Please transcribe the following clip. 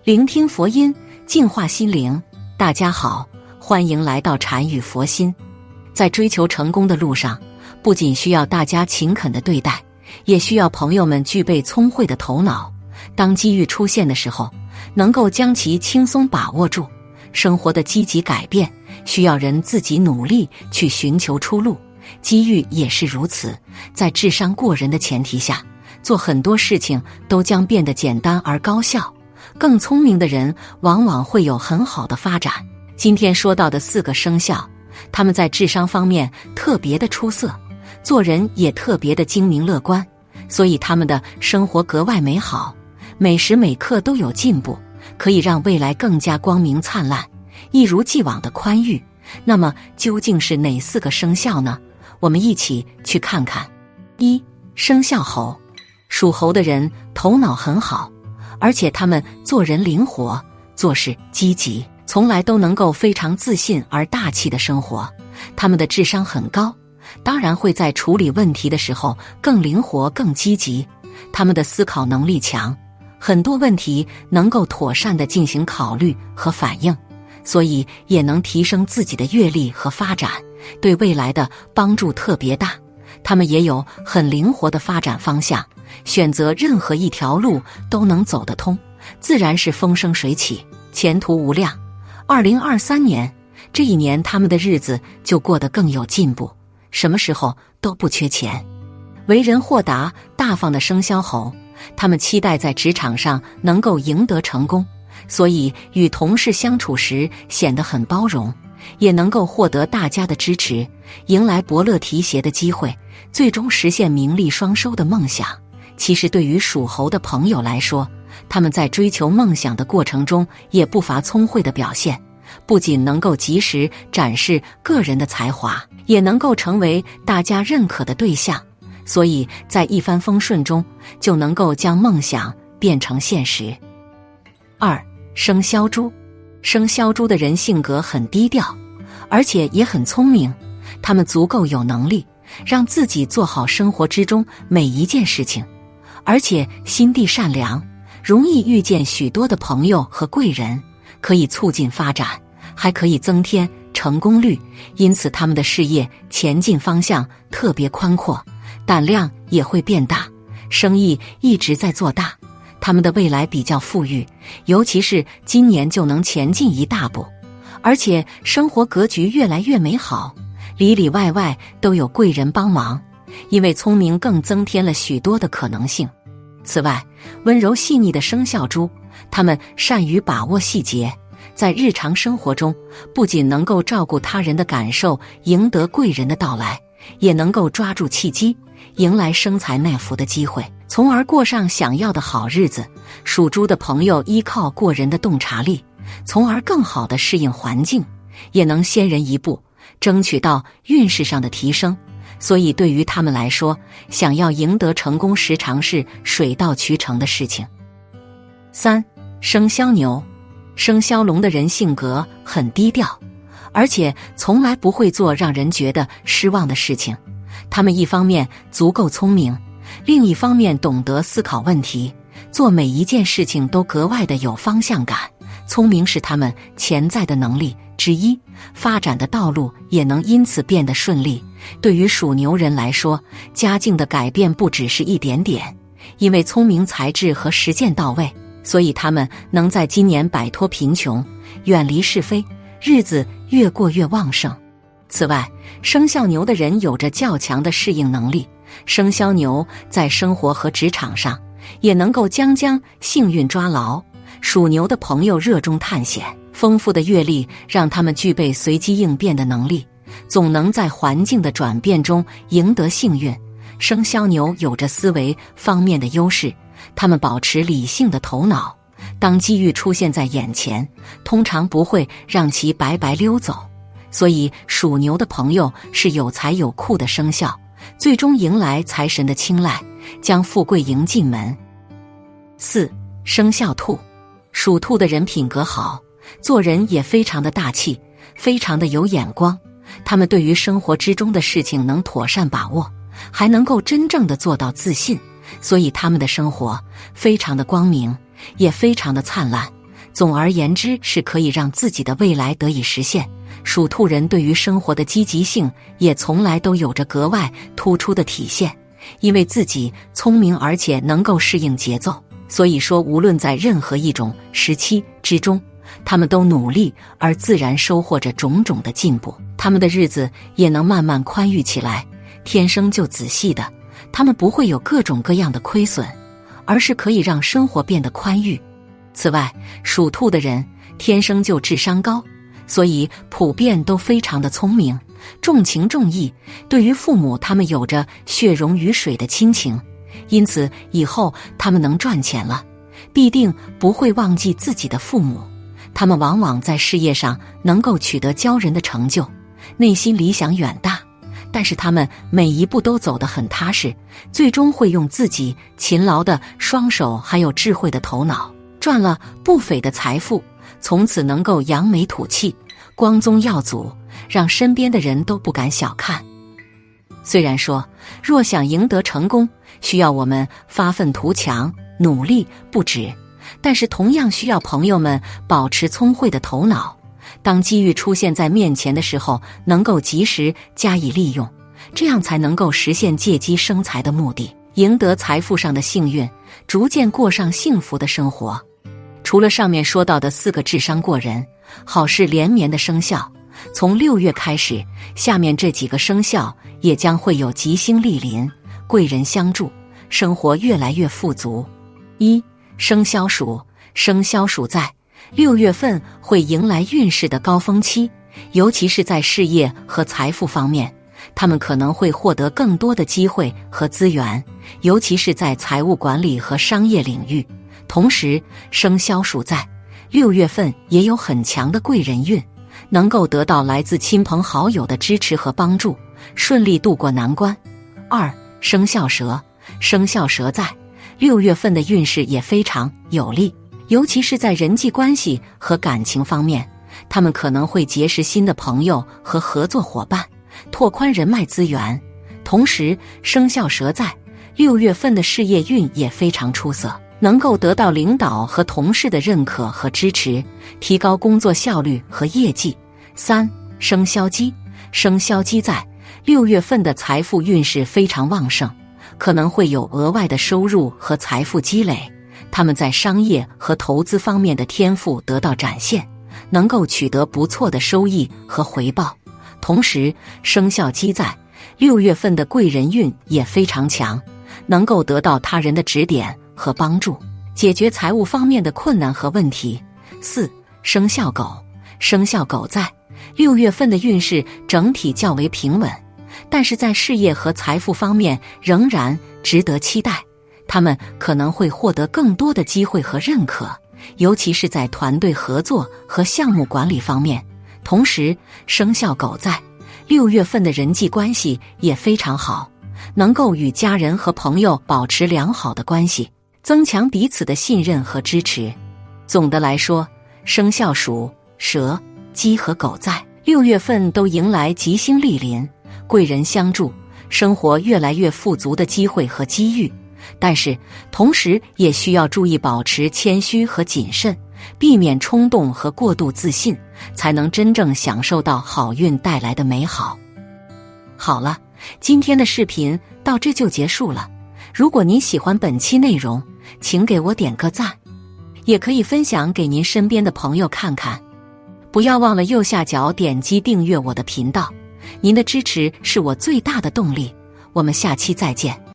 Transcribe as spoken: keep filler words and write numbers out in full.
聆听佛音，净化心灵。大家好，欢迎来到禅语佛心。在追求成功的路上，不仅需要大家勤恳的对待，也需要朋友们具备聪慧的头脑。当机遇出现的时候，能够将其轻松把握住。生活的积极改变，需要人自己努力去寻求出路。机遇也是如此，在智商过人的前提下，做很多事情都将变得简单而高效。更聪明的人往往会有很好的发展。今天说到的四个生肖，他们在智商方面特别的出色，做人也特别的精明乐观，所以他们的生活格外美好，每时每刻都有进步，可以让未来更加光明灿烂，一如既往的宽裕。那么究竟是哪四个生肖呢？我们一起去看看。一、生肖猴。属猴的人头脑很好，而且他们做人灵活，做事积极，从来都能够非常自信而大气的生活。他们的智商很高，当然会在处理问题的时候更灵活更积极。他们的思考能力强，很多问题能够妥善地进行考虑和反应，所以也能提升自己的阅历和发展，对未来的帮助特别大。他们也有很灵活的发展方向，选择任何一条路都能走得通，自然是风生水起，前途无量。二零二三年这一年，他们的日子就过得更有进步，什么时候都不缺钱。为人豁达大方的生肖猴，他们期待在职场上能够赢得成功，所以与同事相处时显得很包容，也能够获得大家的支持，迎来伯乐提携的机会，最终实现名利双收的梦想。其实对于属猴的朋友来说，他们在追求梦想的过程中也不乏聪慧的表现，不仅能够及时展示个人的才华，也能够成为大家认可的对象，所以在一帆风顺中就能够将梦想变成现实。二、生肖猪。生肖猪的人性格很低调，而且也很聪明，他们足够有能力让自己做好生活之中每一件事情，而且心地善良，容易遇见许多的朋友和贵人，可以促进发展，还可以增添成功率，因此他们的事业前进方向特别宽阔，胆量也会变大，生意一直在做大。他们的未来比较富裕，尤其是今年就能前进一大步，而且生活格局越来越美好，里里外外都有贵人帮忙，因为聪明更增添了许多的可能性。此外，温柔细腻的生肖猪，他们善于把握细节，在日常生活中不仅能够照顾他人的感受，赢得贵人的到来，也能够抓住契机，迎来生财纳福的机会，从而过上想要的好日子。属猪的朋友依靠过人的洞察力，从而更好地适应环境，也能先人一步争取到运势上的提升，所以对于他们来说，想要赢得成功时常是水到渠成的事情。三、生肖牛。生肖龙的人性格很低调，而且从来不会做让人觉得失望的事情。他们一方面足够聪明，另一方面懂得思考问题，做每一件事情都格外的有方向感。聪明是他们潜在的能力之一，发展的道路也能因此变得顺利。对于属牛人来说，家境的改变不只是一点点，因为聪明才智和实践到位，所以他们能在今年摆脱贫穷，远离是非，日子越过越旺盛。此外，生肖牛的人有着较强的适应能力，生肖牛在生活和职场上也能够将将幸运抓牢。属牛的朋友热衷探险，丰富的阅历让他们具备随机应变的能力，总能在环境的转变中赢得幸运。生肖牛有着思维方面的优势，他们保持理性的头脑，当机遇出现在眼前，通常不会让其白白溜走，所以属牛的朋友是有才有库的生肖，最终迎来财神的青睐，将富贵迎进门。四、生肖兔。属兔的人品格好，做人也非常的大气，非常的有眼光，他们对于生活之中的事情能妥善把握，还能够真正的做到自信，所以他们的生活非常的光明，也非常的灿烂。 总而言之，是可以让自己的未来得以实现。属兔人对于生活的积极性也从来都有着格外突出的体现，因为自己聪明而且能够适应节奏，所以说无论在任何一种时期之中，他们都努力而自然收获着种种的进步，他们的日子也能慢慢宽裕起来。天生就仔细的，他们不会有各种各样的亏损，而是可以让生活变得宽裕。此外，属兔的人天生就智商高，所以普遍都非常的聪明，重情重义，对于父母他们有着血溶于水的亲情，因此以后他们能赚钱了，必定不会忘记自己的父母。他们往往在事业上能够取得骄人的成就，内心理想远大，但是他们每一步都走得很踏实，最终会用自己勤劳的双手还有智慧的头脑赚了不菲的财富，从此能够扬眉吐气，光宗耀祖，让身边的人都不敢小看。虽然说若想赢得成功，需要我们发愤图强，努力不止，但是同样需要朋友们保持聪慧的头脑，当机遇出现在面前的时候，能够及时加以利用，这样才能够实现借机生财的目的，赢得财富上的幸运，逐渐过上幸福的生活。除了上面说到的四个智商过人、好事连绵的生肖，从六月开始，下面这几个生肖也将会有吉星莅临，贵人相助，生活越来越富足。一、生肖鼠。生肖鼠在六月份会迎来运势的高峰期，尤其是在事业和财富方面，他们可能会获得更多的机会和资源，尤其是在财务管理和商业领域。同时，生肖鼠在六月份也有很强的贵人运，能够得到来自亲朋好友的支持和帮助，顺利度过难关。二、生肖蛇。生肖蛇在六月份的运势也非常有利，尤其是在人际关系和感情方面，他们可能会结识新的朋友和合作伙伴，拓宽人脉资源。同时，生肖蛇在六月份的事业运也非常出色，能够得到领导和同事的认可和支持，提高工作效率和业绩。三、生肖鸡。生肖鸡在六月份的财富运势非常旺盛，可能会有额外的收入和财富积累，他们在商业和投资方面的天赋得到展现，能够取得不错的收益和回报。同时，生肖鸡在六月份的贵人运也非常强，能够得到他人的指点和帮助，解决财务方面的困难和问题。四、生肖狗。生肖狗在六月份的运势整体较为平稳，但是在事业和财富方面仍然值得期待，他们可能会获得更多的机会和认可，尤其是在团队合作和项目管理方面。同时，生肖狗在六月份的人际关系也非常好，能够与家人和朋友保持良好的关系，增强彼此的信任和支持。总的来说，生肖鼠、蛇、鸡和狗在六月份都迎来吉星莅临，贵人相助，生活越来越富足的机会和机遇。但是同时也需要注意保持谦虚和谨慎，避免冲动和过度自信，才能真正享受到好运带来的美好。好了，今天的视频到这就结束了。如果您喜欢本期内容，请给我点个赞，也可以分享给您身边的朋友看看。不要忘了右下角点击订阅我的频道，您的支持是我最大的动力。我们下期再见。